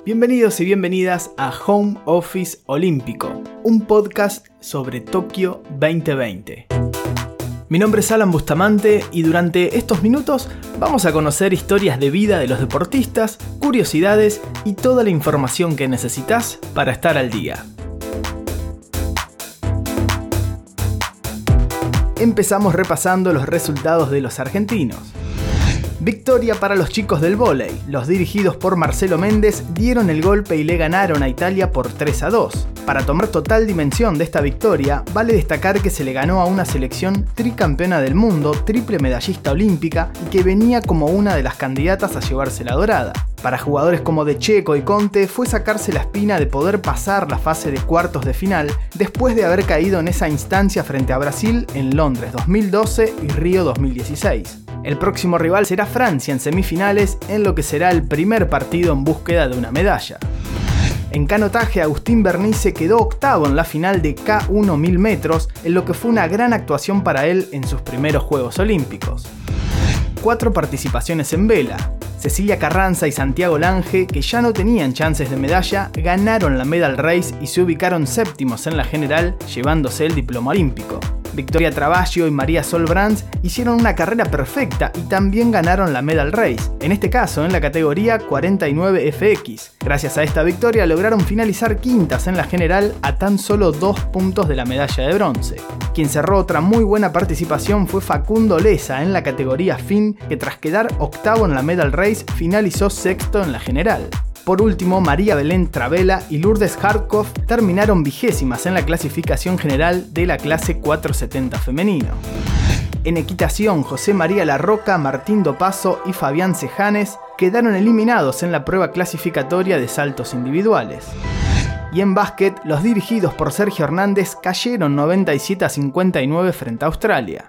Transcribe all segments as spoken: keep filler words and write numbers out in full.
Bienvenidos y bienvenidas a Home Office Olímpico, un podcast sobre Tokio veinte veinte. Mi nombre es Alan Bustamante y durante estos minutos vamos a conocer historias de vida de los deportistas, curiosidades y toda la información que necesitas para estar al día. Empezamos repasando los resultados de los argentinos. Victoria para los chicos del vóley. Los dirigidos por Marcelo Méndez dieron el golpe y le ganaron a Italia por tres a dos. Para tomar total dimensión de esta victoria, vale destacar que se le ganó a una selección tricampeona del mundo, triple medallista olímpica y que venía como una de las candidatas a llevarse la dorada. Para jugadores como De Checo y Conte fue sacarse la espina de poder pasar la fase de cuartos de final después de haber caído en esa instancia frente a Brasil en Londres dos mil doce y Río dos mil dieciséis. El próximo rival será Francia en semifinales, en lo que será el primer partido en búsqueda de una medalla. En canotaje, Agustín Bernice quedó octavo en la final de K uno mil metros, en lo que fue una gran actuación para él en sus primeros Juegos Olímpicos. Cuatro participaciones en vela. Cecilia Carranza y Santiago Lange, que ya no tenían chances de medalla, ganaron la Medal Race y se ubicaron séptimos en la general, llevándose el diploma olímpico. Victoria Traballo y María Sol Brands hicieron una carrera perfecta y también ganaron la Medal Race, en este caso en la categoría cuarenta y nueve F X. Gracias a esta victoria lograron finalizar quintas en la general a tan solo dos puntos de la medalla de bronce. Quien cerró otra muy buena participación fue Facundo Leza en la categoría Fin, que tras quedar octavo en la Medal Race finalizó sexto en la general. Por último, María Belén Travela y Lourdes Hartkov terminaron vigésimas en la clasificación general de la clase cuatrocientos setenta femenino. En equitación, José María Larroca, Martín Dopazo y Fabián Sejanes quedaron eliminados en la prueba clasificatoria de saltos individuales. Y en básquet, los dirigidos por Sergio Hernández cayeron noventa y siete a cincuenta y nueve frente a Australia.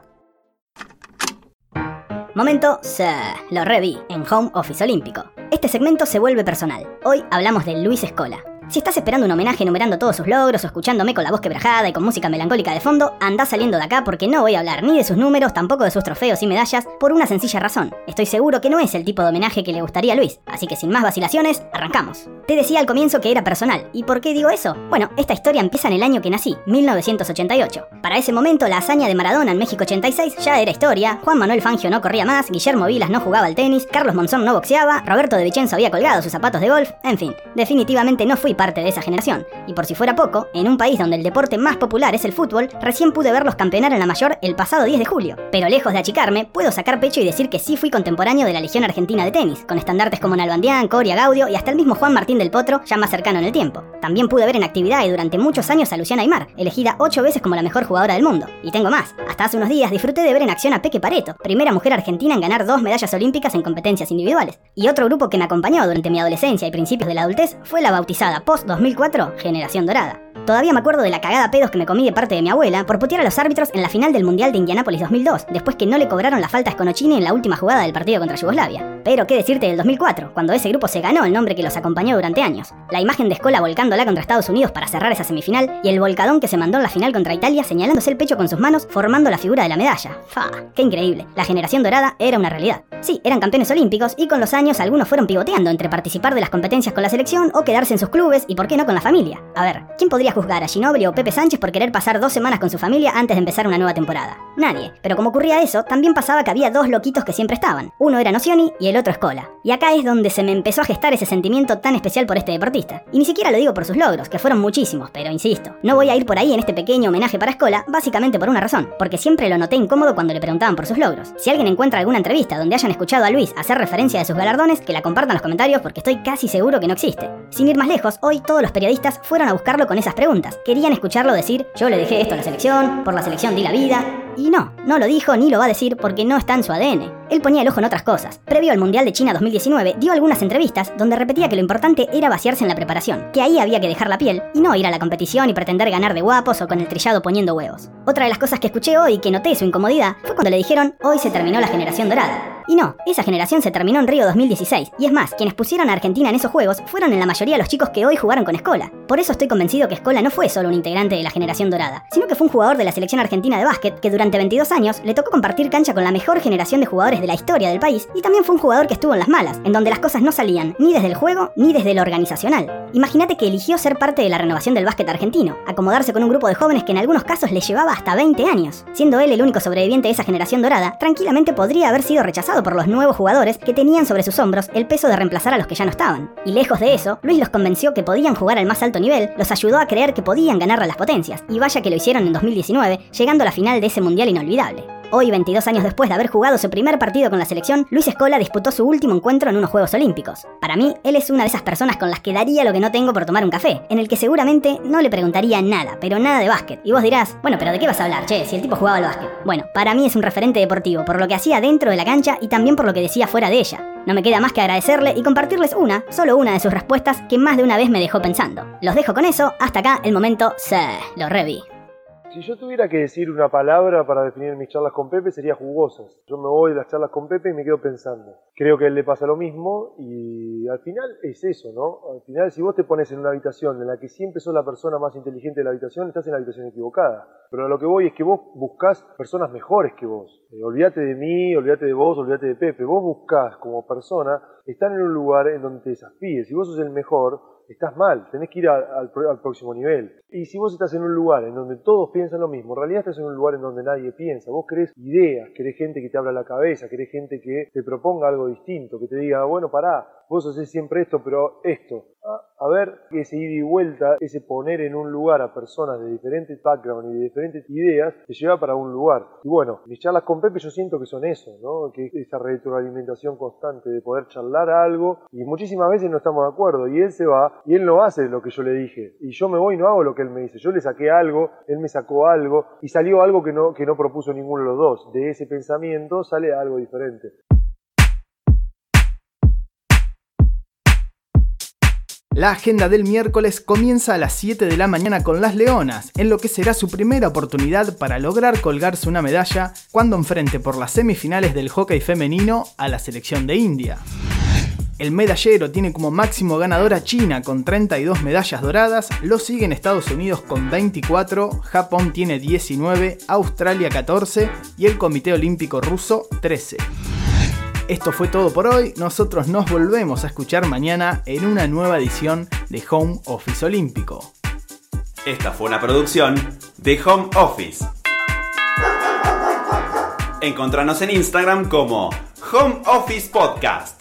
Momento, se lo reví en Home Office Olímpico. Este segmento se vuelve personal. Hoy hablamos de Luis Scola. Si estás esperando un homenaje enumerando todos sus logros o escuchándome con la voz quebrajada y con música melancólica de fondo, andá saliendo de acá porque no voy a hablar ni de sus números, tampoco de sus trofeos y medallas, por una sencilla razón. Estoy seguro que no es el tipo de homenaje que le gustaría a Luis, así que sin más vacilaciones, arrancamos. Te decía al comienzo que era personal. ¿Y por qué digo eso? Bueno, esta historia empieza en el año que nací, mil novecientos ochenta y ocho. Para ese momento, la hazaña de Maradona en México ochenta y seis ya era historia, Juan Manuel Fangio no corría más, Guillermo Vilas no jugaba al tenis, Carlos Monzón no boxeaba, Roberto de Vicenzo había colgado sus zapatos de golf, en fin, definitivamente no fui parte de esa generación. Y por si fuera poco, en un país donde el deporte más popular es el fútbol, recién pude verlos campeonar en la mayor el pasado diez de julio. Pero lejos de achicarme, puedo sacar pecho y decir que sí fui contemporáneo de la Legión Argentina de tenis, con estandartes como Nalbandián, Coria, Gaudio y hasta el mismo Juan Martín del Potro, ya más cercano en el tiempo. También pude ver en actividad y durante muchos años a Luciana Aymar, elegida ocho veces como la mejor jugadora del mundo. Y tengo más. Hasta hace unos días disfruté de ver en acción a Peque Pareto, primera mujer argentina en ganar dos medallas olímpicas en competencias individuales. Y otro grupo que me acompañó durante mi adolescencia y principios de la adultez fue la bautizada post dos mil cuatro Generación Dorada. Todavía me acuerdo de la cagada pedos que me comí de parte de mi abuela por putear a los árbitros en la final del Mundial de Indianápolis dos mil dos, después que no le cobraron la falta a Sconocchini en la última jugada del partido contra Yugoslavia. Pero qué decirte del dos mil cuatro, cuando ese grupo se ganó el nombre que los acompañó durante años. La imagen de Scola volcándola contra Estados Unidos para cerrar esa semifinal y el volcadón que se mandó en la final contra Italia señalándose el pecho con sus manos formando la figura de la medalla. ¡Fa! ¡Qué increíble! La Generación Dorada era una realidad. Sí, eran campeones olímpicos y con los años algunos fueron pivoteando entre participar de las competencias con la selección o quedarse en sus clubes y por qué no con la familia. A ver, ¿quién podría juzgar a Ginóbili o Pepe Sánchez por querer pasar dos semanas con su familia antes de empezar una nueva temporada? Nadie. Pero como ocurría eso, también pasaba que había dos loquitos que siempre estaban. Uno era Nocioni y el otro Scola. Y acá es donde se me empezó a gestar ese sentimiento tan especial por este deportista. Y ni siquiera lo digo por sus logros, que fueron muchísimos, pero insisto, no voy a ir por ahí en este pequeño homenaje para Scola, básicamente por una razón, porque siempre lo noté incómodo cuando le preguntaban por sus logros. Si alguien encuentra alguna entrevista donde hayan escuchado a Luis hacer referencia de sus galardones, que la compartan en los comentarios porque estoy casi seguro que no existe. Sin ir más lejos, hoy todos los periodistas fueron a buscarlo con esas preguntas. Querían escucharlo decir, yo le dejé esto a la selección, por la selección di la vida. Y no, no lo dijo ni lo va a decir porque no está en su A D N. Él ponía el ojo en otras cosas. Previo al Mundial de China dos mil diecinueve, dio algunas entrevistas donde repetía que lo importante era vaciarse en la preparación, que ahí había que dejar la piel y no ir a la competición y pretender ganar de guapos o con el trillado poniendo huevos. Otra de las cosas que escuché hoy y que noté su incomodidad fue cuando le dijeron, hoy se terminó la Generación Dorada. Y no, esa generación se terminó en Río dos mil dieciséis, y es más, quienes pusieron a Argentina en esos juegos fueron en la mayoría los chicos que hoy jugaron con Scola. Por eso estoy convencido que Scola no fue solo un integrante de la Generación Dorada, sino que fue un jugador de la selección argentina de básquet que durante durante veintidós años le tocó compartir cancha con la mejor generación de jugadores de la historia del país y también fue un jugador que estuvo en las malas, en donde las cosas no salían ni desde el juego ni desde lo organizacional. Imagínate que eligió ser parte de la renovación del básquet argentino, acomodarse con un grupo de jóvenes que en algunos casos le llevaba hasta veinte años. Siendo él el único sobreviviente de esa generación dorada, tranquilamente podría haber sido rechazado por los nuevos jugadores que tenían sobre sus hombros el peso de reemplazar a los que ya no estaban. Y lejos de eso, Luis los convenció que podían jugar al más alto nivel, los ayudó a creer que podían ganar a las potencias, y vaya que lo hicieron en dos mil diecinueve, llegando a la final de ese mundial inolvidable. Hoy, veintidós años después de haber jugado su primer partido con la selección, Luis Scola disputó su último encuentro en unos Juegos Olímpicos. Para mí, él es una de esas personas con las que daría lo que no tengo por tomar un café, en el que seguramente no le preguntaría nada, pero nada de básquet. Y vos dirás, bueno, pero ¿de qué vas a hablar, che, si el tipo jugaba al básquet? Bueno, para mí es un referente deportivo, por lo que hacía dentro de la cancha y también por lo que decía fuera de ella. No me queda más que agradecerle y compartirles una, solo una de sus respuestas que más de una vez me dejó pensando. Los dejo con eso, hasta acá el momento se lo reví. Si yo tuviera que decir una palabra para definir mis charlas con Pepe, sería jugosas. Yo me voy de las charlas con Pepe y me quedo pensando. Creo que a él le pasa lo mismo y al final es eso, ¿no? Al final, si vos te pones en una habitación en la que siempre sos la persona más inteligente de la habitación, estás en la habitación equivocada. Pero a lo que voy es que vos buscás personas mejores que vos. Eh, olvídate de mí, olvídate de vos, olvídate de Pepe. Vos buscás como persona estar en un lugar en donde te desafíes. Si vos sos el mejor, estás mal, tenés que ir a, al, al próximo nivel. Y si vos estás en un lugar en donde todos piensan lo mismo, en realidad estás en un lugar en donde nadie piensa. Vos querés ideas, querés gente que te abra la cabeza, querés gente que te proponga algo distinto, que te diga, bueno, pará, vos hacés siempre esto, pero esto. A, a ver, ese ida y vuelta, ese poner en un lugar a personas de diferentes backgrounds y de diferentes ideas, te lleva para un lugar. Y bueno, mis charlas con Pepe yo siento que son eso, ¿no? Que esa retroalimentación constante de poder charlar algo, y muchísimas veces no estamos de acuerdo, y él se va, y él no hace lo que yo le dije, y yo me voy y no hago lo que él me dice. Yo le saqué algo, él me sacó algo, y salió algo que no, que no propuso ninguno de los dos. De ese pensamiento sale algo diferente. La agenda del miércoles comienza a las siete de la mañana con las Leonas, en lo que será su primera oportunidad para lograr colgarse una medalla cuando enfrente por las semifinales del hockey femenino a la selección de India. El medallero tiene como máximo ganador a China con treinta y dos medallas doradas, lo siguen Estados Unidos con veinticuatro, Japón tiene diecinueve, Australia catorce y el Comité Olímpico Ruso trece. Esto fue todo por hoy, nosotros nos volvemos a escuchar mañana en una nueva edición de Home Office Olímpico. Esta fue una producción de Home Office. Encontranos en Instagram como Home Office Podcast.